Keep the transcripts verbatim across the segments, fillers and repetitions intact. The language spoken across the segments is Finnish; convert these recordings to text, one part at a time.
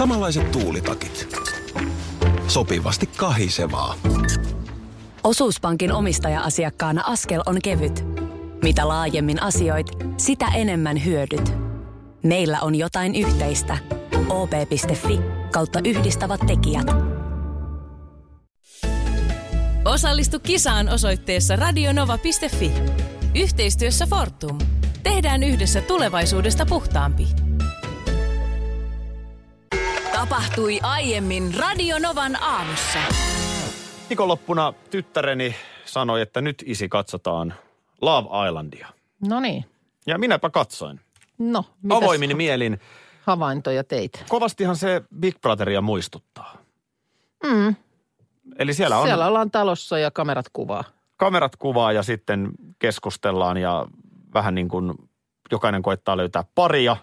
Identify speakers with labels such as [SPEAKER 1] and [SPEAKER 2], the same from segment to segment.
[SPEAKER 1] Samanlaiset tuulitakit. Sopivasti kahisevaa.
[SPEAKER 2] Osuuspankin omistaja-asiakkaana askel on kevyt. Mitä laajemmin asioit, sitä enemmän hyödyt. Meillä on jotain yhteistä. o p piste f i kautta yhdistävät tekijät.
[SPEAKER 3] Osallistu kisaan osoitteessa radionova piste f i. Yhteistyössä Fortum. Tehdään yhdessä tulevaisuudesta puhtaampi. Tapahtui aiemmin Radionovan aamussa.
[SPEAKER 4] Viikonloppuna tyttäreni sanoi, että nyt isi katsotaan Love Islandia.
[SPEAKER 5] No niin.
[SPEAKER 4] Ja minäpä katsoin.
[SPEAKER 5] No, mitäs
[SPEAKER 4] avoimin mielin.
[SPEAKER 5] havaintoja teit?
[SPEAKER 4] Kovastihan se Big Brotheria muistuttaa.
[SPEAKER 5] Mm.
[SPEAKER 4] Eli siellä on...
[SPEAKER 5] Siellä ollaan talossa ja kamerat kuvaa.
[SPEAKER 4] Kamerat kuvaa ja sitten keskustellaan ja vähän niin kuin jokainen koettaa löytää paria.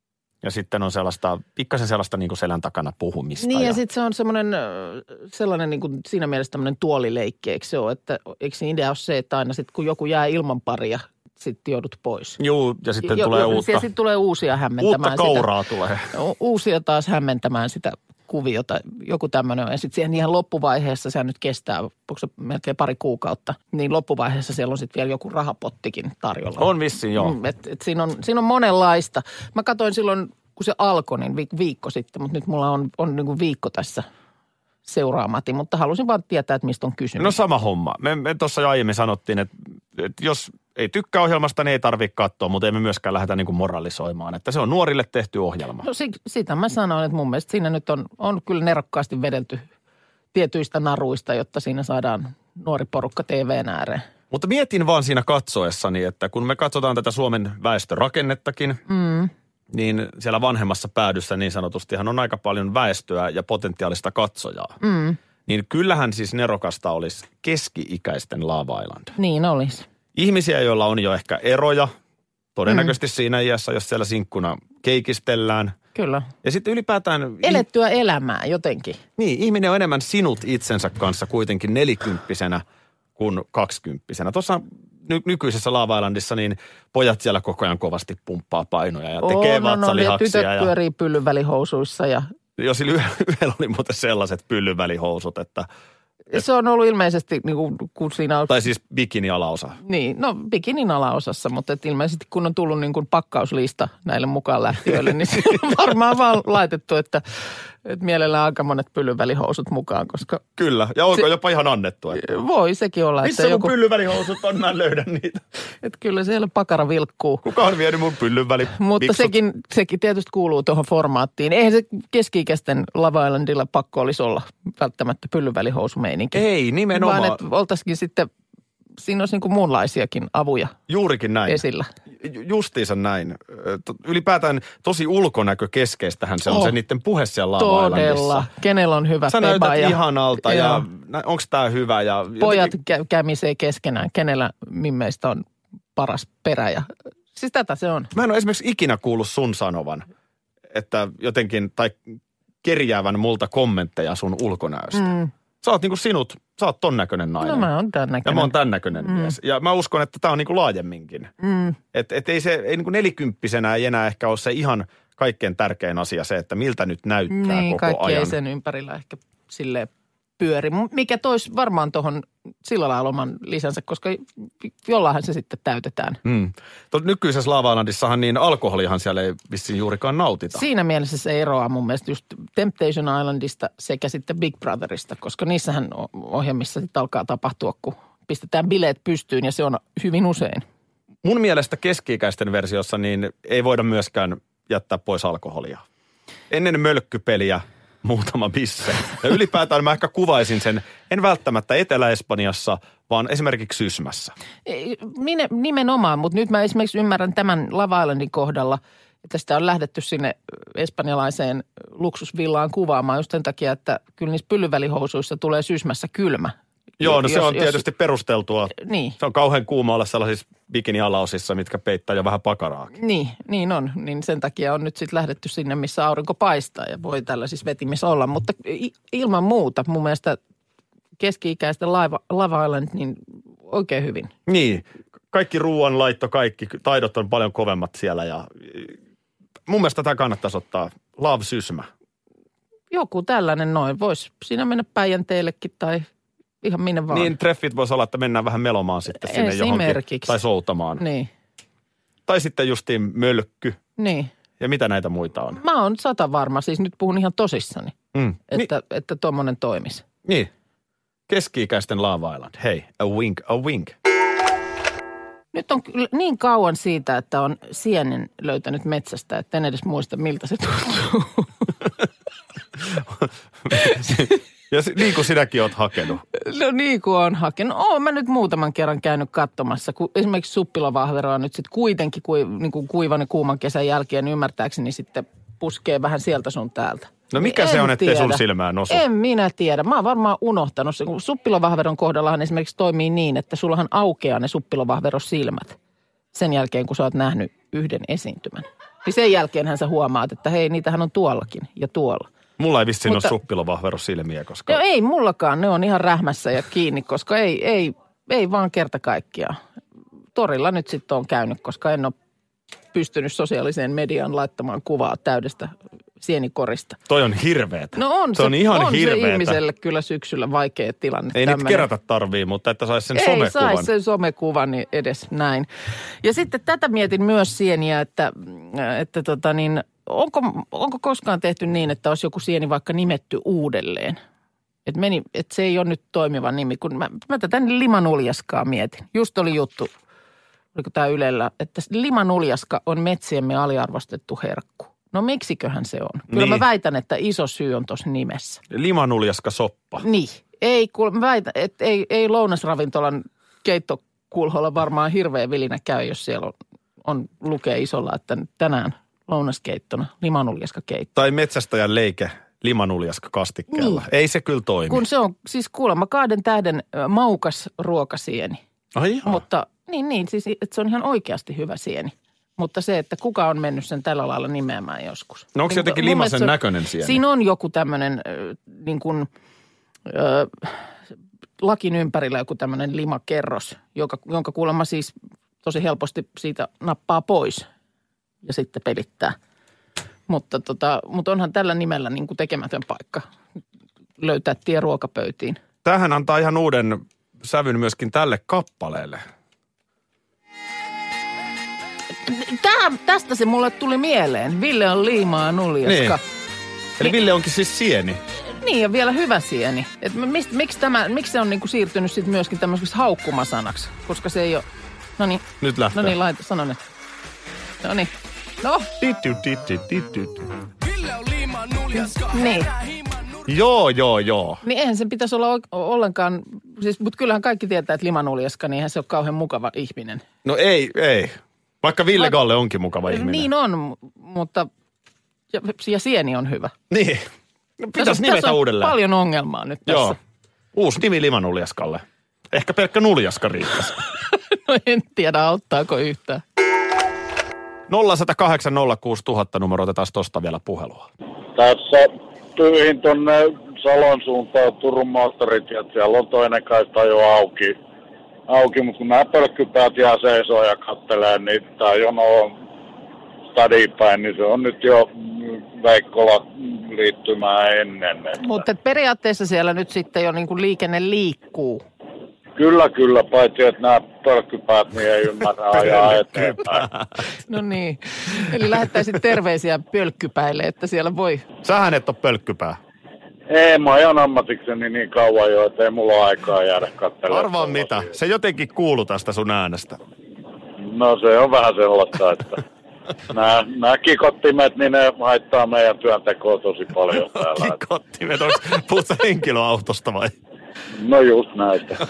[SPEAKER 4] Ja sitten on sellaista, pikkasen sellaista niin kuin selän takana puhumista.
[SPEAKER 5] Niin ja,
[SPEAKER 4] ja
[SPEAKER 5] sitten se on semmoinen, sellainen niin kuin siinä mielessä tämmöinen tuolileikki, eikö se ole? Että eikö se idea ole se, että aina sitten kun joku jää ilman paria, sitten joudut pois.
[SPEAKER 4] Juu, ja sitten
[SPEAKER 5] jo,
[SPEAKER 4] tulee
[SPEAKER 5] jo,
[SPEAKER 4] uutta.
[SPEAKER 5] Ja sitten tulee uusia hämmentämään
[SPEAKER 4] Uutta kauraa
[SPEAKER 5] sitä.
[SPEAKER 4] tulee.
[SPEAKER 5] Uusia taas hämmentämään sitä kuviota. Joku tämmöinen on. Ja sitten siihen ihan loppuvaiheessa, sehän nyt kestää, onko se melkein pari kuukautta, niin loppuvaiheessa siellä on sitten vielä joku rahapottikin tarjolla.
[SPEAKER 4] On vissiin, joo.
[SPEAKER 5] Mm, et, et siinä, on, siinä on monenlaista. Mä katsoin silloin, kun se alkoi, niin viikko sitten, mutta nyt mulla on, on niin kuin viikko tässä seuraamati, mutta halusin vaan tietää, että mistä on kysymys.
[SPEAKER 4] No sama homma. Me, me tuossa jo aiemmin sanottiin, että, että jos ei tykkää ohjelmasta, niin ei tarvitse katsoa, mutta emme myöskään lähdetä niin kuin moralisoimaan, että se on nuorille tehty ohjelma.
[SPEAKER 5] No si, sitä mä sanoin, että mun mielestä siinä nyt on, on kyllä nerokkaasti vedelty tietyistä naruista, jotta siinä saadaan nuori porukka T V:n ääreen.
[SPEAKER 4] Mutta mietin vaan siinä katsoessani, että kun me katsotaan tätä Suomen väestörakennettakin, mm. niin siellä vanhemmassa päädyssä niin sanotustihan on aika paljon väestöä ja potentiaalista katsojaa. Mm. Niin kyllähän siis nerokasta olisi keski-ikäisten Love Island.
[SPEAKER 5] Niin olisi.
[SPEAKER 4] Ihmisiä, joilla on jo ehkä eroja, todennäköisesti mm. siinä iässä, jos siellä sinkkuna keikistellään.
[SPEAKER 5] Kyllä.
[SPEAKER 4] Ja sitten ylipäätään...
[SPEAKER 5] Elettyä elämää jotenkin.
[SPEAKER 4] Niin, ihminen on enemmän sinut itsensä kanssa kuitenkin nelikymppisenä kuin kaksikymppisenä. Tuossa ny- nykyisessä Love Islandissa niin pojat siellä koko ajan kovasti pumppaa painoja ja tekee
[SPEAKER 5] oh, no,
[SPEAKER 4] vatsalihaksia.
[SPEAKER 5] No, ja tytöt pyörii
[SPEAKER 4] ja...
[SPEAKER 5] pyllyn välihousuissa ja...
[SPEAKER 4] Jos yhdellä oli muuten sellaiset pyllyn välihousut, että...
[SPEAKER 5] Et... Se on ollut ilmeisesti, niin kuin, kun siinä on...
[SPEAKER 4] Tai siis bikini-alaosa.
[SPEAKER 5] Niin, no bikinin alaosassa, mutta et ilmeisesti kun on tullut niin kuin pakkauslista näille mukaan lähtiöille, niin se on varmaan vaan laitettu, että, että mielellään aika monet pyllyvälihousut mukaan, koska...
[SPEAKER 4] Kyllä, ja onko
[SPEAKER 5] se,
[SPEAKER 4] jopa ihan annettu? Että...
[SPEAKER 5] Voi sekin olla.
[SPEAKER 4] Missä
[SPEAKER 5] että
[SPEAKER 4] mun
[SPEAKER 5] joku...
[SPEAKER 4] pyllyvälihousut on, mä en löydä niitä.
[SPEAKER 5] Että kyllä siellä pakara vilkkuu.
[SPEAKER 4] Kuka on vienyt mun pyllyväli?
[SPEAKER 5] Mutta sekin, sekin tietysti kuuluu tuohon formaattiin. Eihän se keski-ikäisten Love Islandilla pakko olisi olla välttämättä pyllyvälihousumeininki.
[SPEAKER 4] Ei, nimenomaan.
[SPEAKER 5] Vaan että oltaisikin sitten, siinä olisi niin kuin muunlaisiakin avuja.
[SPEAKER 4] Juurikin näin.
[SPEAKER 5] Esillä.
[SPEAKER 4] Justiinsa näin. Ylipäätään tosi ulkonäkökeskeistähän se on oh, se niiden puhe siellä Love Islandissa.
[SPEAKER 5] Todella. Kenellä on hyvä
[SPEAKER 4] Sä
[SPEAKER 5] peba.
[SPEAKER 4] näytät
[SPEAKER 5] ja,
[SPEAKER 4] ihanalta ja, ja onko tää hyvä. Ja
[SPEAKER 5] pojat
[SPEAKER 4] jotenkin...
[SPEAKER 5] kä- kämisee keskenään. Kenellä mimmeistä on paras perä ja siis tätä se on.
[SPEAKER 4] Mä en ole esimerkiksi ikinä kuullut sun sanovan, että jotenkin, tai kerjäävän multa kommentteja sun ulkonäöstä. Mm. Sä oot niinku sinut, sä oot ton näköinen nainen.
[SPEAKER 5] No mä oon tän näköinen.
[SPEAKER 4] Ja mä oon tän näköinen mm. mies. Ja mä uskon, että tää on niinku laajemminkin. Mm. Että et ei se, ei niinku nelikymppisenä ei enää ehkä ole se ihan kaikkein tärkein asia se, että miltä nyt näyttää
[SPEAKER 5] niin,
[SPEAKER 4] koko ajan. Niin,
[SPEAKER 5] kaikki ei sen ympärillä ehkä silleen pyöri. Mikä toisi varmaan tuohon sillä lailla oman lisänsä, koska jollainhan se sitten täytetään.
[SPEAKER 4] Mm. Tuossa nykyisessä Love Islandissahan niin alkoholihan siellä ei vissiin juurikaan nautita.
[SPEAKER 5] Siinä mielessä se eroaa mun mielestä just Temptation Islandista sekä sitten Big Brotherista, koska niissähän ohjelmissa sitten alkaa tapahtua, kun pistetään bileet pystyyn ja se on hyvin usein.
[SPEAKER 4] Mun mielestä keski-ikäisten versiossa niin ei voida myöskään jättää pois alkoholia. Ennen mölkkypeliä muutama bisse. Ja ylipäätään mä ehkä kuvaisin sen, en välttämättä Etelä-Espanjassa, vaan esimerkiksi Sysmässä.
[SPEAKER 5] Minä, nimenomaan, mutta nyt mä esimerkiksi ymmärrän tämän Love Islandin kohdalla, että sitä on lähdetty sinne espanjalaiseen luksusvillaan kuvaamaan just sen takia, että kyllä niissä pyllyvälihousuissa tulee Sysmässä kylmä.
[SPEAKER 4] Joo, no
[SPEAKER 5] jos,
[SPEAKER 4] se on
[SPEAKER 5] jos,
[SPEAKER 4] tietysti perusteltua.
[SPEAKER 5] Niin.
[SPEAKER 4] Se on kauhean kuuma olla sellaisissa bikini-alaosissa, mitkä peittää jo vähän pakaraakin.
[SPEAKER 5] Niin, niin on. Niin sen takia on nyt sitten lähdetty sinne, missä aurinko paistaa ja voi tällaisissa vetimissä olla. Mutta ilman muuta mun mielestä keski-ikäisten Lava, Love Island niin oikein hyvin.
[SPEAKER 4] Niin, kaikki ruoanlaitto, kaikki taidot on paljon kovemmat siellä ja mun mielestä tämä kannattaisi ottaa Love Sysmä.
[SPEAKER 5] joku tällainen noin. Voisi siinä mennä Päijänteellekin tai ihan minne vaan.
[SPEAKER 4] Niin, treffit voisi olla, että mennään vähän melomaan sitten sinne johonkin. Tai soutamaan.
[SPEAKER 5] Niin.
[SPEAKER 4] Tai sitten justiin mölkky.
[SPEAKER 5] Niin.
[SPEAKER 4] Ja mitä näitä muita on?
[SPEAKER 5] Mä oon sata varma, siis nyt puhun ihan tosissani,
[SPEAKER 4] mm.
[SPEAKER 5] että, niin. että tommonen toimisi.
[SPEAKER 4] Niin. Keski-ikäisten Love Island. Hei, a wink, a wink.
[SPEAKER 5] Nyt on niin kauan siitä, että on sienen löytänyt metsästä, että en edes muista, miltä se tuntuu.
[SPEAKER 4] Ja niin kuin sinäkin oot hakenut.
[SPEAKER 5] No niin kuin on hakenut. Oon mä nyt muutaman kerran käynyt katsomassa, kun esimerkiksi suppilovahveroa nyt sitten kuitenkin kui, niin kuin kuivan ja kuuman kesän jälkeen ymmärtääkseni sitten puskee vähän sieltä sun täältä.
[SPEAKER 4] No mikä
[SPEAKER 5] en
[SPEAKER 4] se on, ettei
[SPEAKER 5] tiedä.
[SPEAKER 4] sun silmään osu?
[SPEAKER 5] En minä tiedä. Mä oon varmaan unohtanut sen. Suppilovahveron kohdallahan esimerkiksi toimii niin, että sullahan aukeaa ne suppilovahverosilmät sen jälkeen, kun sä oot nähnyt yhden esiintymän. Niin sen jälkeenhän sä huomaat, että hei, niitähän on tuollakin ja tuolla.
[SPEAKER 4] Mulla ei vissiin
[SPEAKER 5] Mutta,
[SPEAKER 4] ole suppilovahverosilmiä, koska...
[SPEAKER 5] No ei mullakaan, ne on ihan rähmässä ja kiinni, koska ei, ei, ei vaan kerta kaikkiaan. Torilla nyt sitten on käynyt, koska en ole pystynyt sosiaaliseen mediaan laittamaan kuvaa täydestä sienikorista.
[SPEAKER 4] Toi on hirveetä.
[SPEAKER 5] No on,
[SPEAKER 4] se,
[SPEAKER 5] se,
[SPEAKER 4] on ihan
[SPEAKER 5] on
[SPEAKER 4] hirveetä.
[SPEAKER 5] se ihmiselle kyllä syksyllä vaikea tilanne.
[SPEAKER 4] Ei
[SPEAKER 5] tämmönen.
[SPEAKER 4] niitä kerätä tarvii, mutta että saisi sen
[SPEAKER 5] ei
[SPEAKER 4] somekuvan.
[SPEAKER 5] Ei saisi sen somekuvan niin edes näin. Ja sitten tätä mietin myös sieniä, että, että tota niin, onko, onko koskaan tehty niin, että olisi joku sieni vaikka nimetty uudelleen? Että meni, että se ei ole nyt toimiva nimi, kun mä, mä tätä limanuljaskaa mietin. Just oli juttu, oliko tämä Ylellä, että limanuljaska on metsiemme aliarvostettu herkku. No miksiköhän se on? Kyllä niin. Mä väitän, että iso syy on tuossa nimessä.
[SPEAKER 4] Limanuljaska soppa.
[SPEAKER 5] Niin. Ei, kuule, mä väitän, että ei, ei lounasravintolan keittokulholla varmaan hirveä vilinä käy, jos siellä on, on lukee isolla, että tänään lounaskeittona limanuljaska keitto.
[SPEAKER 4] Tai metsästäjän leike limanuljaska kastikkeella. Niin. Ei se kyllä toimi.
[SPEAKER 5] Kun se on siis kuulemma kahden tähden maukas ruokasieni.
[SPEAKER 4] Ai jaa.
[SPEAKER 5] Mutta niin, niin, siis että se on ihan oikeasti hyvä sieni. Mutta se, että kuka on mennyt sen tällä lailla nimeämään joskus.
[SPEAKER 4] No onko se jotenkin limasen näköinen sieni?
[SPEAKER 5] Siinä on joku tämmöinen äh, niin kuin äh, lakin ympärillä joku tämmöinen limakerros, joka, jonka kuulemma siis tosi helposti siitä nappaa pois ja sitten pelittää. Mutta, tota, mutta onhan tällä nimellä niin kuin tekemätön paikka löytää tie ruokapöytiin.
[SPEAKER 4] Tämähän antaa ihan uuden sävyn myöskin tälle kappaleelle.
[SPEAKER 5] Tää, tästä se mulle tuli mieleen. Ville on liimaa nuljaska.
[SPEAKER 4] Niin. Eli niin, Ville onkin siis sieni.
[SPEAKER 5] Niin, ja vielä hyvä sieni. Et mist, miksi, tämä, miksi se on niinku siirtynyt sitten myöskin tämmöiseksi haukkumasanaksi? Koska se ei ole... No niin.
[SPEAKER 4] Nyt lähtee.
[SPEAKER 5] No niin, laita, sano nyt. No niin. No.
[SPEAKER 6] Ville on liimaa nuljaska.
[SPEAKER 5] Niin.
[SPEAKER 4] Joo, joo, joo.
[SPEAKER 5] Niin eihän sen pitäisi olla ollenkaan... Siis, mutta kyllähän kaikki tietää, että limanuljaska, niin eihän se ole kauhean mukava ihminen.
[SPEAKER 4] No ei, ei. Vaikka Ville Galle onkin mukava ihminen.
[SPEAKER 5] Niin on, mutta... Ja, ja sieni on hyvä.
[SPEAKER 4] Niin. No, pitäisi nimetä
[SPEAKER 5] tässä on
[SPEAKER 4] uudelleen.
[SPEAKER 5] Paljon ongelmaa nyt tässä.
[SPEAKER 4] Joo. Uusi nimi limanuljaskalle. Ehkä pelkkä nuljaska riittäisi.
[SPEAKER 5] No en tiedä, auttaako yhtään.
[SPEAKER 4] nolla yksi nolla kahdeksan nolla kuusi nolla nolla nolla numero, otetaan tosta vielä puhelua.
[SPEAKER 7] Tässä tyyhin tuonne Salon suuntaan Turun moottoritiet. Siellä on toinen kaista jo auki. auki mutta kun nämä pölkkypäät jää seisoo ja kattelee, niin tämä jono on stadipäin, niin se on nyt jo Veikkola liittymää ennen. Että.
[SPEAKER 5] Mutta periaatteessa siellä nyt sitten jo niin kuin liikenne liikkuu.
[SPEAKER 7] Kyllä, kyllä, paitsi että nämä pölkkypäät niin ei ymmärrä ajaa eteenpäin.
[SPEAKER 5] No niin, eli lähettäisit terveisiä pölkkypäille, että siellä voi...
[SPEAKER 4] Sähän et ole pölkkypää.
[SPEAKER 7] Ei, mä ajan ammatikseni niin kauan jo, että ei mulla ole aikaa jäädä katselemaan.
[SPEAKER 4] Arvaa mitä, se jotenkin kuuluu tästä sun äänestä.
[SPEAKER 7] No se on vähän sellaista, että nämä, nämä kikottimet, niin ne haittaa meidän työntekoa tosi paljon täällä.
[SPEAKER 4] Kikottimet, onko puhutaan henkilöautosta vai?
[SPEAKER 7] No just näistä.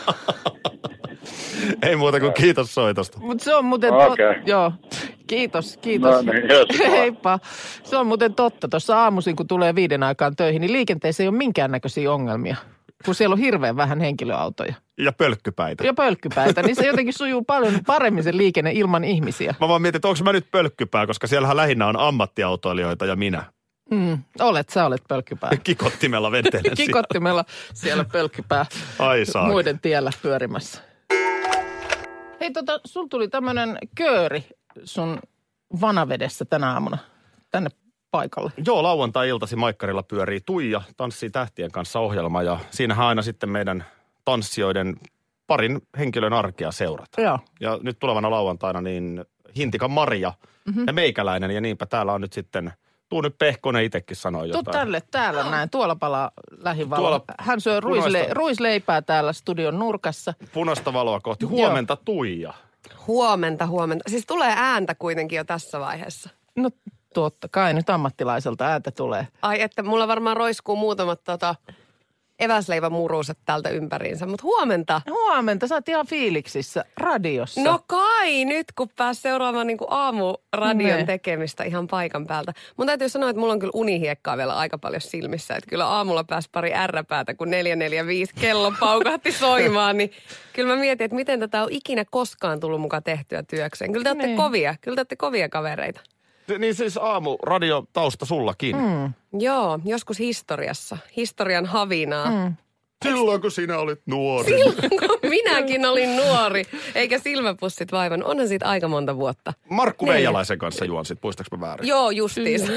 [SPEAKER 4] Ei muuta kuin kiitos soitosta.
[SPEAKER 5] Mutta se on muuten...
[SPEAKER 7] Okei.
[SPEAKER 5] Tot... Joo, kiitos, kiitos.
[SPEAKER 7] No niin, jos
[SPEAKER 5] Heippa. Se on muuten totta. Tuossa aamuisin, kun tulee viiden aikaan töihin, niin liikenteessä ei ole minkäännäköisiä ongelmia. Kun siellä on hirveän vähän henkilöautoja.
[SPEAKER 4] Ja pölkkypäitä.
[SPEAKER 5] Ja pölkkypäitä, niin se jotenkin sujuu paljon paremmin se liikenne ilman ihmisiä.
[SPEAKER 4] Mä vaan mietin, että onko mä nyt pölkkypää, koska siellähän lähinnä on ammattiautoilijoita ja minä.
[SPEAKER 5] Mm, olet, sä olet pölkkypää.
[SPEAKER 4] Kikottimella vetelen
[SPEAKER 5] Kikottimella siellä pölkkypää.
[SPEAKER 4] Ai saa.
[SPEAKER 5] Muiden tiellä pyörimässä. Hei tota, sul tuli tämmönen kööri sun vanavedessä tänä aamuna tänne paikalle.
[SPEAKER 4] Joo, lauantai-iltasi Maikkarilla pyörii Tuija, Tanssii tähtien kanssa -ohjelma ja siinähän aina sitten meidän tanssijoiden parin henkilön arkea seurata.
[SPEAKER 5] Joo.
[SPEAKER 4] Ja nyt tulevana lauantaina niin Hintikan Maria mm-hmm. ja meikäläinen ja niinpä täällä on nyt sitten, tuu nyt Pehkonen itsekin sanoo jotain.
[SPEAKER 5] Tuu tälle, täällä näin, tuolla palaa lähivalo.
[SPEAKER 4] Tuolla
[SPEAKER 5] Hän syö ruisle, ruisleipää täällä studion nurkassa.
[SPEAKER 4] Punaista valoa kohti. Huomenta Tuija.
[SPEAKER 8] Huomenta, huomenta. Siis tulee ääntä kuitenkin jo tässä vaiheessa.
[SPEAKER 5] No totta kai, nyt ammattilaiselta ääntä tulee.
[SPEAKER 8] Ai että mulla varmaan roiskuu muutamat tota, eväsleivämuruset täältä ympäriinsä, mutta huomenta.
[SPEAKER 5] Huomenta, sä oot ihan fiiliksissä radiossa.
[SPEAKER 8] No kai, nyt kun pääs seuraamaan niin kuin aamuradion
[SPEAKER 5] Ne.
[SPEAKER 8] tekemistä ihan paikan päältä. Mun täytyy sanoa, että mulla on kyllä unihiekkaa vielä aika paljon silmissä. Että kyllä aamulla pääsi pari ärräpäätä, kun neljä neljä viisi kello paukahti soimaan. Niin kyllä mä mietin, että miten tätä on ikinä koskaan tullut mukaan tehtyä työkseen. Kyllä te olette
[SPEAKER 5] Ne.
[SPEAKER 8] kovia, kyllä te olette kovia kavereita.
[SPEAKER 4] Niin siis aamu radio tausta sullakin. Mm.
[SPEAKER 8] Joo, joskus historiassa. Historian havinaa. Mm.
[SPEAKER 4] Silloin kun sinä olit nuori.
[SPEAKER 8] Silloin kun minäkin olin nuori, eikä silmäpussit vaivan. Onhan siitä aika monta vuotta.
[SPEAKER 4] Markku
[SPEAKER 8] Niin.
[SPEAKER 4] Veijalaisen kanssa juonsit, muistaaks mä väärin?
[SPEAKER 8] Joo, justiinsa.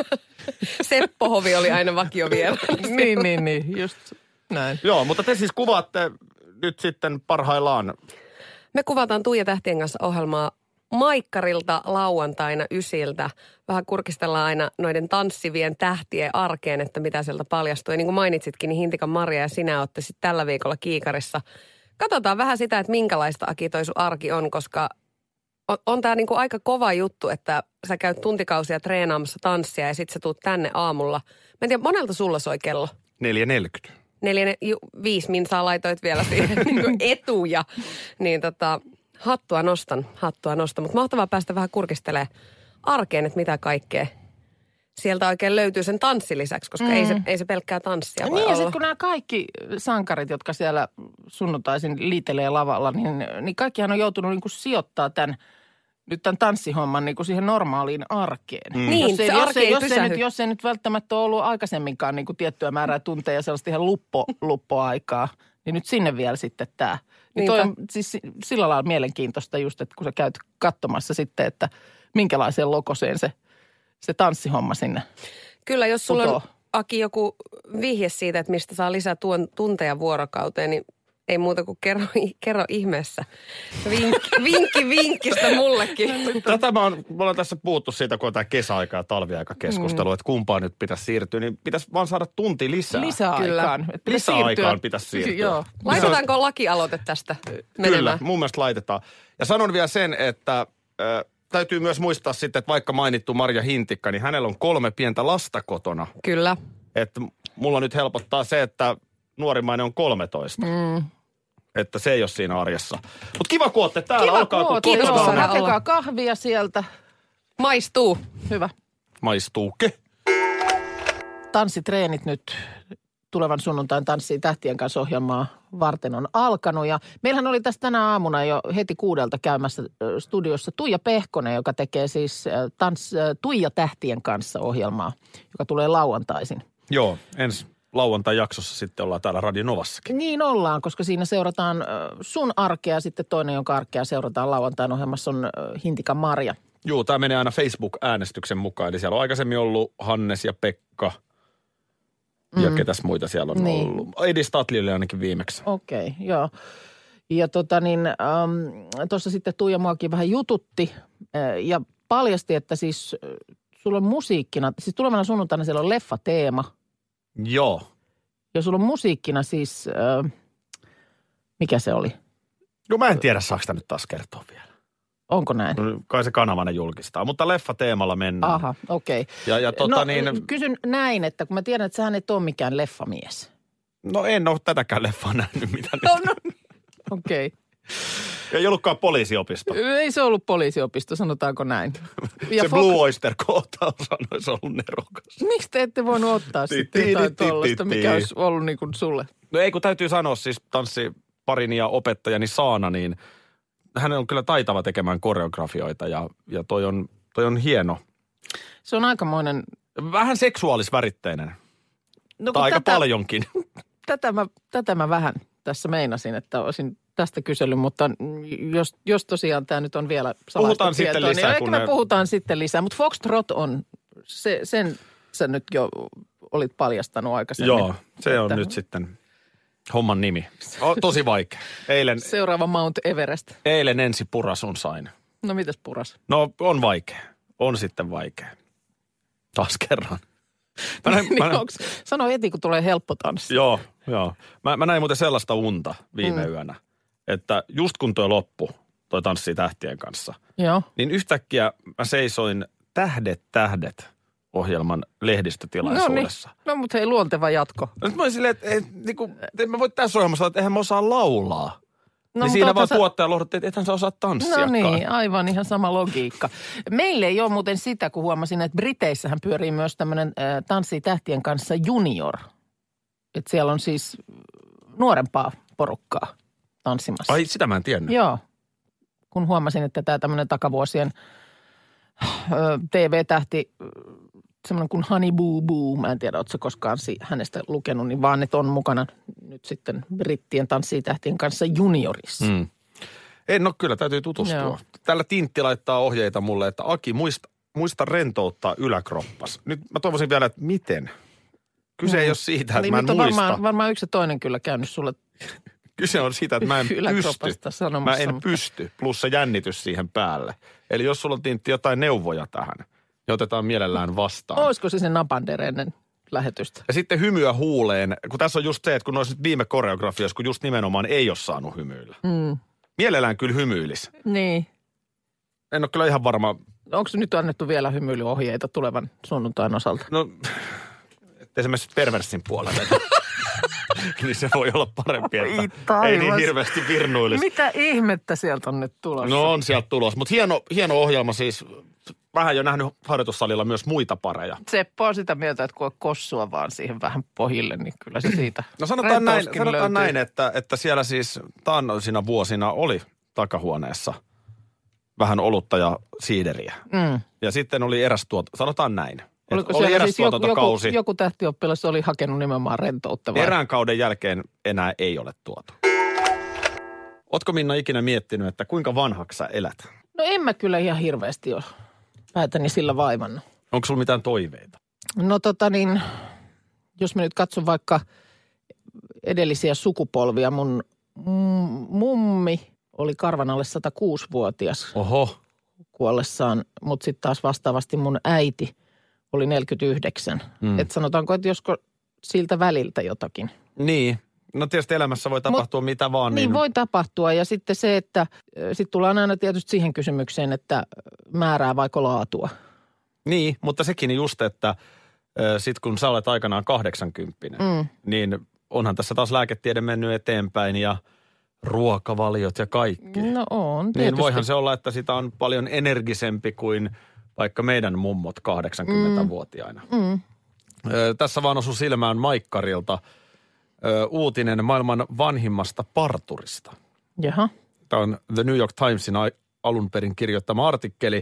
[SPEAKER 8] Seppo Hovi oli aina vakiovieraana.
[SPEAKER 5] niin, niin, niin, just näin.
[SPEAKER 4] Joo, mutta te siis kuvaatte nyt sitten parhaillaan.
[SPEAKER 8] Me kuvataan Tuija Tähtien kanssa ohjelmaa Maikkarilta lauantaina ysiltä. Vähän kurkistellaan aina noiden tanssivien tähtien arkeen, että mitä sieltä paljastuu. Ja niin kuin mainitsitkin, niin Hintikan Maria ja sinä olette sitten tällä viikolla Kiikarissa. Katsotaan vähän sitä, että minkälaista Aki toi sun arki on, koska on, on tämä niin kuin aika kova juttu, että sä käyt tuntikausia treenaamassa tanssia ja sitten sä tuut tänne aamulla. Mä en tiedä, monelta sulla soi kello?
[SPEAKER 4] neljä neljäkymmentä.
[SPEAKER 8] Neljä, ju, viisi minsaa laitoit vielä siihen niin kuin etuja. Niin tota, hattua nostan, hattua nostan. Mutta mahtavaa päästä vähän kurkistelemaan arkeen, että mitä kaikkea sieltä oikein löytyy sen tanssin lisäksi, koska mm. ei, se, ei se pelkkää tanssia voi
[SPEAKER 5] Niin
[SPEAKER 8] olla.
[SPEAKER 5] ja sitten kun nämä kaikki sankarit, jotka siellä sunnuntaisin liitelee lavalla, niin, niin kaikkihan on joutunut niin kuin sijoittaa tämän, nyt tämän tanssihomman niin kuin siihen normaaliin arkeen.
[SPEAKER 8] Mm. Niin,
[SPEAKER 5] jos ei,
[SPEAKER 8] se
[SPEAKER 5] jos
[SPEAKER 8] arki
[SPEAKER 5] ei,
[SPEAKER 8] ei
[SPEAKER 5] jos ei,
[SPEAKER 8] pysähdy.
[SPEAKER 5] nyt, jos ei nyt välttämättä ole ollut aikaisemminkaan niin kuin tiettyä määrää tunteja sellaista ihan luppo, luppoaikaa, niin nyt sinne vielä sitten tämä. Niin toi on siis sillä lailla mielenkiintoista just, että kun sä käyt katsomassa sitten, että minkälaiseen lokoseen se, se tanssihomma sinne.
[SPEAKER 8] Kyllä, jos sulla on,
[SPEAKER 5] Putoo.
[SPEAKER 8] Aki, joku vihje siitä, että mistä saa lisää tuon tunteja vuorokauteen, niin ei muuta kuin kerro, kerro ihmeessä. Vinkki, vinkki vinkkistä mullekin.
[SPEAKER 4] Tätä mä oon, me ollaan tässä puhuttu siitä, kun on tämä kesäaika ja talviaika keskustelu, mm. että kumpaan nyt pitäisi siirtyä, niin pitäisi vaan saada tunti lisää.
[SPEAKER 5] Lisäaikaan. Että pitäisi
[SPEAKER 4] Lisäaikaan
[SPEAKER 5] siirtyä.
[SPEAKER 4] pitäisi siirtyä.
[SPEAKER 5] Joo.
[SPEAKER 8] Laitetaanko lakialoite tästä menemään?
[SPEAKER 4] Kyllä, mun mielestä laitetaan. Ja sanon vielä sen, että äh, täytyy myös muistaa sitten, että vaikka mainittu Marja Hintikka, niin hänellä on kolme pientä lasta kotona.
[SPEAKER 8] Kyllä.
[SPEAKER 4] Että mulla nyt helpottaa se, että nuorimmainen on kolmetoista. Mm. Että se ei ole siinä arjessa. Mutta kiva, kun ootte täällä.
[SPEAKER 5] Kiva,
[SPEAKER 4] Alkaa,
[SPEAKER 5] kun
[SPEAKER 4] kun
[SPEAKER 5] ootte. Joo,
[SPEAKER 8] Kiitos, saada
[SPEAKER 5] hakekaa
[SPEAKER 8] olla.
[SPEAKER 5] kahvia sieltä.
[SPEAKER 8] Maistuu.
[SPEAKER 5] Hyvä.
[SPEAKER 4] maistuuke.
[SPEAKER 5] Tanssitreenit nyt tulevan sunnuntain Tanssii tähtien kanssa -ohjelmaa varten on alkanut. Ja meillähän oli tässä tänä aamuna jo heti kuudelta käymässä ö, studiossa Tuija Pehkonen, joka tekee siis ö, tans, ö, Tuija Tähtien kanssa -ohjelmaa, joka tulee lauantaisin.
[SPEAKER 4] Joo, ensi lauantai-jaksossa sitten ollaan täällä Radio Novassakin.
[SPEAKER 5] Niin ollaan, koska siinä seurataan ö, sun arkea, sitten toinen, jonka arkea seurataan lauantain ohjelmassa on ö, Hintikan Marja.
[SPEAKER 4] Joo, tämä menee aina Facebook-äänestyksen mukaan. Eli siellä on aikaisemmin ollut Hannes ja Pekka. Ja mm. ketäs muita siellä on
[SPEAKER 5] Niin.
[SPEAKER 4] ollut. Edi Statli oli ainakin viimeksi.
[SPEAKER 5] Okei, okay, joo. Ja tota niin, ähm, tuossa sitten Tuija muakin vähän jututti äh, ja paljasti, että siis äh, sulla on musiikkina, siis tulevana sunnuntaina siellä on leffateema.
[SPEAKER 4] Joo.
[SPEAKER 5] Ja sulla on musiikkina siis, äh, mikä se oli?
[SPEAKER 4] No mä en tiedä, saako sitä nyt taas kertoa vielä.
[SPEAKER 5] Onko näin?
[SPEAKER 4] No, kai se kanavana julkistaa, mutta leffateemalla mennään.
[SPEAKER 5] Aha, okei. Okay.
[SPEAKER 4] Ja, ja tota
[SPEAKER 5] no,
[SPEAKER 4] niin...
[SPEAKER 5] kysyn näin, että kun mä tiedän, että sähän et ole mikään leffamies.
[SPEAKER 4] No en ole tätäkään leffaa nähnyt, mitä nyt.
[SPEAKER 5] No, no. Okei. Okay.
[SPEAKER 4] Ei ollutkaan poliisiopisto.
[SPEAKER 5] Ei se ollut poliisiopisto, sanotaanko näin. Ja
[SPEAKER 4] se
[SPEAKER 5] Fox-
[SPEAKER 4] Blue Oyster-kohtaus olisi ollut nerokas.
[SPEAKER 5] Miksi te ette voinut ottaa
[SPEAKER 4] Ti-
[SPEAKER 5] sitten
[SPEAKER 4] ti-
[SPEAKER 5] jotain
[SPEAKER 4] ti- ti-
[SPEAKER 5] tuollaista,
[SPEAKER 4] ti-
[SPEAKER 5] mikä olisi ollut niin kuin sulle?
[SPEAKER 4] No ei, kun täytyy sanoa siis tanssiparini ja opettajani Saana, niin hän on kyllä taitava tekemään koreografioita ja, ja toi, on, toi on hieno.
[SPEAKER 5] Se on aikamoinen...
[SPEAKER 4] Vähän seksuaalisväritteinen.
[SPEAKER 5] No,
[SPEAKER 4] Tai aika
[SPEAKER 5] tätä,
[SPEAKER 4] paljonkin.
[SPEAKER 5] Tätä mä, tätä mä vähän tässä meinasin, että olisin tästä kysellyt, mutta jos, jos tosiaan tämä nyt on vielä salaista
[SPEAKER 4] Puhutaan
[SPEAKER 5] tietoa,
[SPEAKER 4] sitten lisää,
[SPEAKER 5] niin
[SPEAKER 4] kun
[SPEAKER 5] ehkä me
[SPEAKER 4] ne-
[SPEAKER 5] puhutaan sitten lisää. Mutta Foxtrot on se, sen sä nyt jo olit paljastanut aikaisemmin.
[SPEAKER 4] Joo, se on nyt sitten homman nimi. O, tosi vaikea. Eilen,
[SPEAKER 5] Seuraava Mount Everest.
[SPEAKER 4] eilen ensi purasun sain.
[SPEAKER 5] No mitäs puras?
[SPEAKER 4] No on vaikea. On sitten vaikea. Taas kerran. Mä näin,
[SPEAKER 5] niin
[SPEAKER 4] mä näin,
[SPEAKER 5] onks, sano heti, kun tulee helppo tanssi.
[SPEAKER 4] joo, joo. Mä, mä näin muuten sellaista unta viime
[SPEAKER 5] Mm.
[SPEAKER 4] yönä, että just kun toi loppu, toi Tanssii tähtien kanssa,
[SPEAKER 5] Joo.
[SPEAKER 4] niin yhtäkkiä mä seisoin Tähdet, tähdet ohjelman lehdistötilaisuudessa.
[SPEAKER 5] No niin, no mutta hei, luonteva jatko.
[SPEAKER 4] No, mä olin silleen, että et, niinku, et mä voin tässä ohjelmassa olla, että eihän mä osaa laulaa.
[SPEAKER 5] No,
[SPEAKER 4] niin siinä vaan
[SPEAKER 5] sä...
[SPEAKER 4] tuottaja lohdutti, että ethän sä osaa tanssiakaan.
[SPEAKER 5] No niin, aivan ihan sama logiikka. Meille ei ole muuten sitä, kun huomasin, että Briteissähän pyörii myös tämmöinen äh, Tanssii tähtien kanssa junior. Että siellä on siis nuorempaa porukkaa tanssimassa.
[SPEAKER 4] Ai, sitä mä en tiennyt.
[SPEAKER 5] Joo, kun huomasin, että tämä tämmöinen takavuosien ö, T V-tähti, semmoinen kuin Honey Boo Boo, mä en tiedä, ootko koskaan si- hänestä lukenut, niin vaan että on mukana nyt sitten brittien Tanssii tähtien kanssa juniorissa.
[SPEAKER 4] Mm. En ole kyllä, täytyy tutustua.
[SPEAKER 5] Joo.
[SPEAKER 4] Tällä Tintti laittaa ohjeita mulle, että Aki, muista, muista rentouttaa yläkroppas. Nyt mä toivoisin vielä, että miten? Kyse mm. ei ole siitä, että
[SPEAKER 5] niin,
[SPEAKER 4] mä en
[SPEAKER 5] mutta
[SPEAKER 4] muista.
[SPEAKER 5] Varmaan, varmaan yksi ja toinen kyllä käynyt sulle
[SPEAKER 4] Kyse on siitä, että mä en pysty.
[SPEAKER 5] yläkropasta sanomassa.
[SPEAKER 4] Mä en
[SPEAKER 5] mutta...
[SPEAKER 4] pysty, plus se jännitys siihen päälle. Eli jos sulla on Tintti jotain neuvoja tähän, niin otetaan mielellään vastaan.
[SPEAKER 5] Olisiko se se Napander ennen lähetystä?
[SPEAKER 4] Ja sitten hymyä huuleen, kun tässä on just se, että kun noissa viime koreografioissa, kun just nimenomaan ei ole saanut hymyillä.
[SPEAKER 5] Mm.
[SPEAKER 4] Mielellään kyllä hymyilis.
[SPEAKER 5] Niin.
[SPEAKER 4] En ole kyllä ihan varma.
[SPEAKER 5] Onko nyt annettu vielä hymyilyohjeita tulevan sunnuntain osalta?
[SPEAKER 4] No, ettei se mene perversin puolelle. Niin se voi olla parempi, että ei niin hirveästi virnuilisi.
[SPEAKER 5] Mitä ihmettä sieltä on nyt tulossa?
[SPEAKER 4] No on sieltä tulossa, mutta hieno, hieno ohjelma siis. Vähän jo nähnyt harjoitussalilla myös muita pareja.
[SPEAKER 5] Seppo on sitä mieltä, että kun on kossua vaan siihen vähän pohjille, niin kyllä se siitä.
[SPEAKER 4] No sanotaan näin, sanotaan
[SPEAKER 5] löytyy.
[SPEAKER 4] näin että, että siellä siis taannoisina vuosina oli takahuoneessa vähän olutta ja siideriä.
[SPEAKER 5] Mm.
[SPEAKER 4] Ja sitten oli eräs tuot, sanotaan näin.
[SPEAKER 5] Oliko
[SPEAKER 4] oli
[SPEAKER 5] siellä
[SPEAKER 4] eräs
[SPEAKER 5] siis joku,
[SPEAKER 4] tuotantokausi.
[SPEAKER 5] joku, joku tähtioppilas oli hakenut nimenomaan rentoutta vai?
[SPEAKER 4] Erään kauden jälkeen enää ei ole tuotu. Ootko Minna ikinä miettinyt, että kuinka vanhaksi sä elät?
[SPEAKER 5] No en mä kyllä ihan hirveästi ole päätäni sillä vaivannut.
[SPEAKER 4] Onko sulla mitään toiveita?
[SPEAKER 5] No tota niin, jos mä nyt katson vaikka edellisiä sukupolvia, mun mm, mummi oli karvan alle sata kuusi-vuotias
[SPEAKER 4] Oho.
[SPEAKER 5] kuollessaan, mutta sitten taas vastaavasti mun äiti oli neljäkymmentäyhdeksän. Mm. Että sanotaanko, että josko siltä väliltä jotakin.
[SPEAKER 4] Niin. No tietysti elämässä voi tapahtua Mut, mitä vaan.
[SPEAKER 5] Niin,
[SPEAKER 4] niin
[SPEAKER 5] voi tapahtua ja sitten se, että sitten tullaan aina tietysti siihen kysymykseen, että määrää vaiko laatua.
[SPEAKER 4] Niin, mutta sekin just, että sitten kun sä olet aikanaan kahdeksankymppinen, mm. niin onhan tässä taas lääketiede mennyt eteenpäin ja ruokavaliot ja kaikki.
[SPEAKER 5] No on, tietysti.
[SPEAKER 4] Niin voihan se olla, että sitä on paljon energisempi kuin vaikka meidän mummot kahdeksankymmentävuotiaina. Mm. Ö, tässä vaan osui silmään Maikkarilta ö, uutinen maailman vanhimmasta parturista.
[SPEAKER 5] Jaha.
[SPEAKER 4] Tämä on The New York Timesin alun perin kirjoittama artikkeli.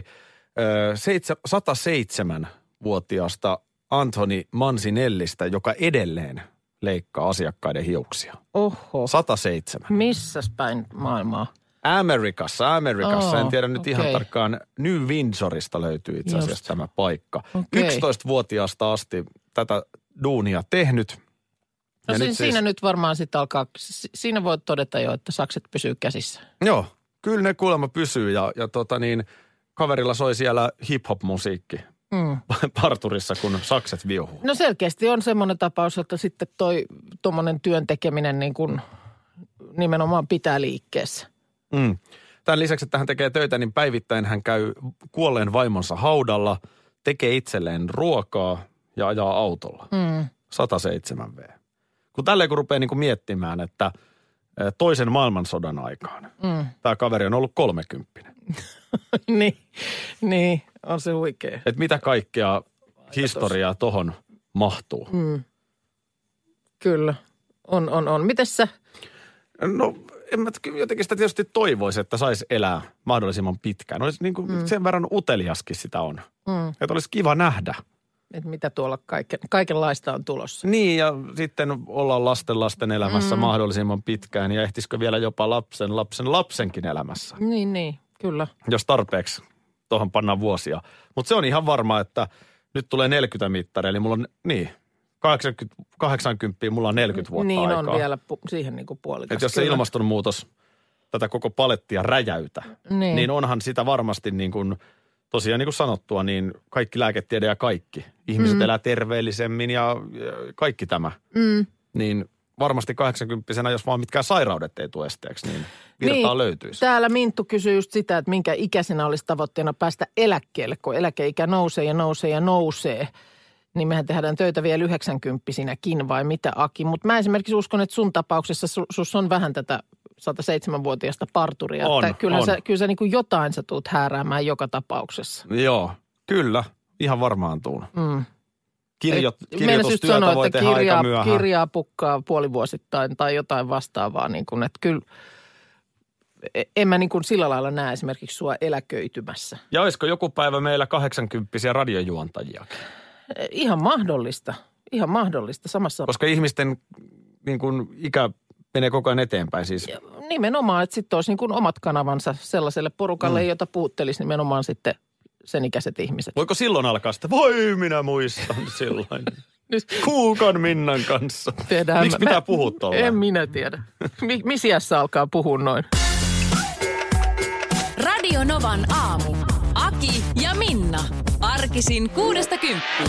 [SPEAKER 4] sata seitsemän-vuotiaasta Anthony Mancinellistä, joka edelleen leikkaa asiakkaiden hiuksia.
[SPEAKER 5] Oho.
[SPEAKER 4] sata seitsemän.
[SPEAKER 5] Missäs päin maailmaa?
[SPEAKER 4] Amerikassa, Amerikassa.
[SPEAKER 5] Oh,
[SPEAKER 4] en tiedä nyt
[SPEAKER 5] okay.
[SPEAKER 4] ihan tarkkaan. New Windsorista löytyy itse asiassa
[SPEAKER 5] Just.
[SPEAKER 4] tämä paikka.
[SPEAKER 5] Okay.
[SPEAKER 4] yksitoistavuotiaasta asti tätä duunia tehnyt.
[SPEAKER 5] No
[SPEAKER 4] ja
[SPEAKER 5] si-
[SPEAKER 4] nyt
[SPEAKER 5] siinä
[SPEAKER 4] siis,
[SPEAKER 5] nyt varmaan sitten alkaa, siinä voit todeta jo, että sakset pysyy käsissä.
[SPEAKER 4] Joo, kyllä ne kuulemma pysyy ja, ja tota niin, kaverilla soi siellä hip-hop-musiikki mm. parturissa, kun sakset viuhuu.
[SPEAKER 5] No selkeästi on semmoinen tapaus, että sitten toi tuommoinen työn tekeminen niin kuin nimenomaan pitää liikkeessä.
[SPEAKER 4] Mm. Tämän lisäksi, että hän tekee töitä, niin päivittäin hän käy kuolleen vaimonsa haudalla, tekee itselleen ruokaa ja ajaa autolla. Mm. sata seitsemän vuotta. Kun tälleen kun rupeaa niin kuin miettimään, että toisen maailmansodan aikaan mm. tämä kaveri on ollut kolmekymppinen.
[SPEAKER 5] niin, niin, on se huikea.
[SPEAKER 4] Että mitä kaikkea historiaa tohon mahtuu.
[SPEAKER 5] Mm. Kyllä, on, on, on. Mites sä?
[SPEAKER 4] No en mä jotenkin sitä tietysti toivoisi, että saisi elää mahdollisimman pitkään. Olisi niin kuin mm. sen verran uteliaskin sitä on. Mm. Että olisi kiva nähdä.
[SPEAKER 5] Että mitä tuolla kaiken, kaikenlaista on tulossa.
[SPEAKER 4] Niin ja sitten olla lasten lasten elämässä mm. mahdollisimman pitkään ja ehtisikö vielä jopa lapsen lapsen lapsenkin elämässä.
[SPEAKER 5] Niin, niin, kyllä.
[SPEAKER 4] Jos tarpeeksi tuohon pannaan vuosia. Mutta se on ihan varma, että nyt tulee neljäkymmentä mittaria, eli mulla on, niin, kahdeksankymmentä, kahdeksankymmentä, mulla on neljäkymmentä vuotta
[SPEAKER 5] niin
[SPEAKER 4] aikaa.
[SPEAKER 5] Niin on vielä pu- siihen niin kuin puolikas.
[SPEAKER 4] Että jos se ilmastonmuutos tätä koko palettia räjäytä, niin, niin onhan sitä varmasti niin kuin, tosiaan niin kuin sanottua, niin kaikki lääketiede ja kaikki. Ihmiset mm. elää terveellisemmin ja, ja kaikki tämä. Mm. Niin varmasti kahdeksankymppisenä, jos vaan mitkään sairaudet ei tule esteeksi, niin virtaa niin, löytyisi.
[SPEAKER 5] Täällä Minttu kysyy just sitä, että minkä ikäisenä olisi tavoitteena päästä eläkkeelle, kun eläkeikä nousee ja nousee ja nousee. Niin mehän tehdään töitä vielä yhdeksänkymppisinäkin vai mitä, Aki? Mutta mä esimerkiksi uskon, että sun tapauksessa su, sus on vähän tätä sata seitsemän-vuotiaasta parturia.
[SPEAKER 4] On,
[SPEAKER 5] että kyllä
[SPEAKER 4] on.
[SPEAKER 5] sä, kyllä sä niin kuin jotain sä tuut hääräämään joka tapauksessa.
[SPEAKER 4] Joo, kyllä. Ihan varmaan tuun. Mm. Kirjo,
[SPEAKER 5] kirjoitustyötä sanoa,
[SPEAKER 4] voi
[SPEAKER 5] että
[SPEAKER 4] tehdä
[SPEAKER 5] kirjaa,
[SPEAKER 4] aika myöhään.
[SPEAKER 5] Kirjaa pukkaa puolivuosittain tai jotain vastaavaa. Niin kuin, että kyllä en mä niin kuin sillä lailla näe esimerkiksi sua eläköitymässä.
[SPEAKER 4] Ja olisiko joku päivä meillä kahdeksankymppisiä radiojuontajiakin?
[SPEAKER 5] Ihan mahdollista. Ihan mahdollista. Samassa...
[SPEAKER 4] Koska ihmisten niin kuin, ikä menee koko ajan eteenpäin siis.
[SPEAKER 5] Ja nimenomaan, että sitten olisi niin kuin omat kanavansa sellaiselle porukalle, mm. jota puhuttelisi nimenomaan sitten sen ikäiset ihmiset.
[SPEAKER 4] Voiko silloin alkaa sitä, voi minä muistan silloin. Kuukan Minnan kanssa.
[SPEAKER 5] Tiedään,
[SPEAKER 4] miksi pitää
[SPEAKER 5] mä,
[SPEAKER 4] puhua tuolla?
[SPEAKER 5] En minä tiedä. Missä iässä alkaa puhua noin?
[SPEAKER 3] Radio Novan aamu. Aki ja Minna. Arkisin kuudesta kymppiin.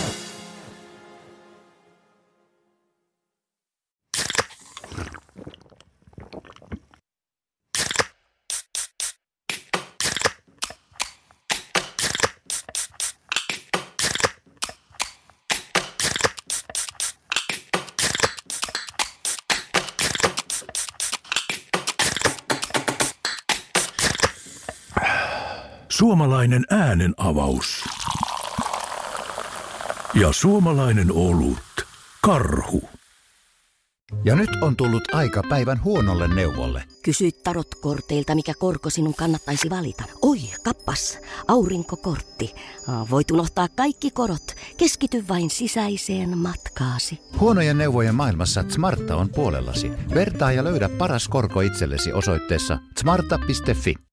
[SPEAKER 9] Suomalainen äänen avaus. Ja suomalainen olut. Karhu.
[SPEAKER 10] Ja nyt on tullut aika päivän huonolle neuvolle.
[SPEAKER 11] Kysy tarotkorteilta, mikä korko sinun kannattaisi valita. Oi, kappas, aurinkokortti. Voit unohtaa kaikki korot. Keskity vain sisäiseen matkaasi.
[SPEAKER 10] Huonojen neuvojen maailmassa Smarta on puolellasi. Vertaa ja löydä paras korko itsellesi osoitteessa smarta piste fi.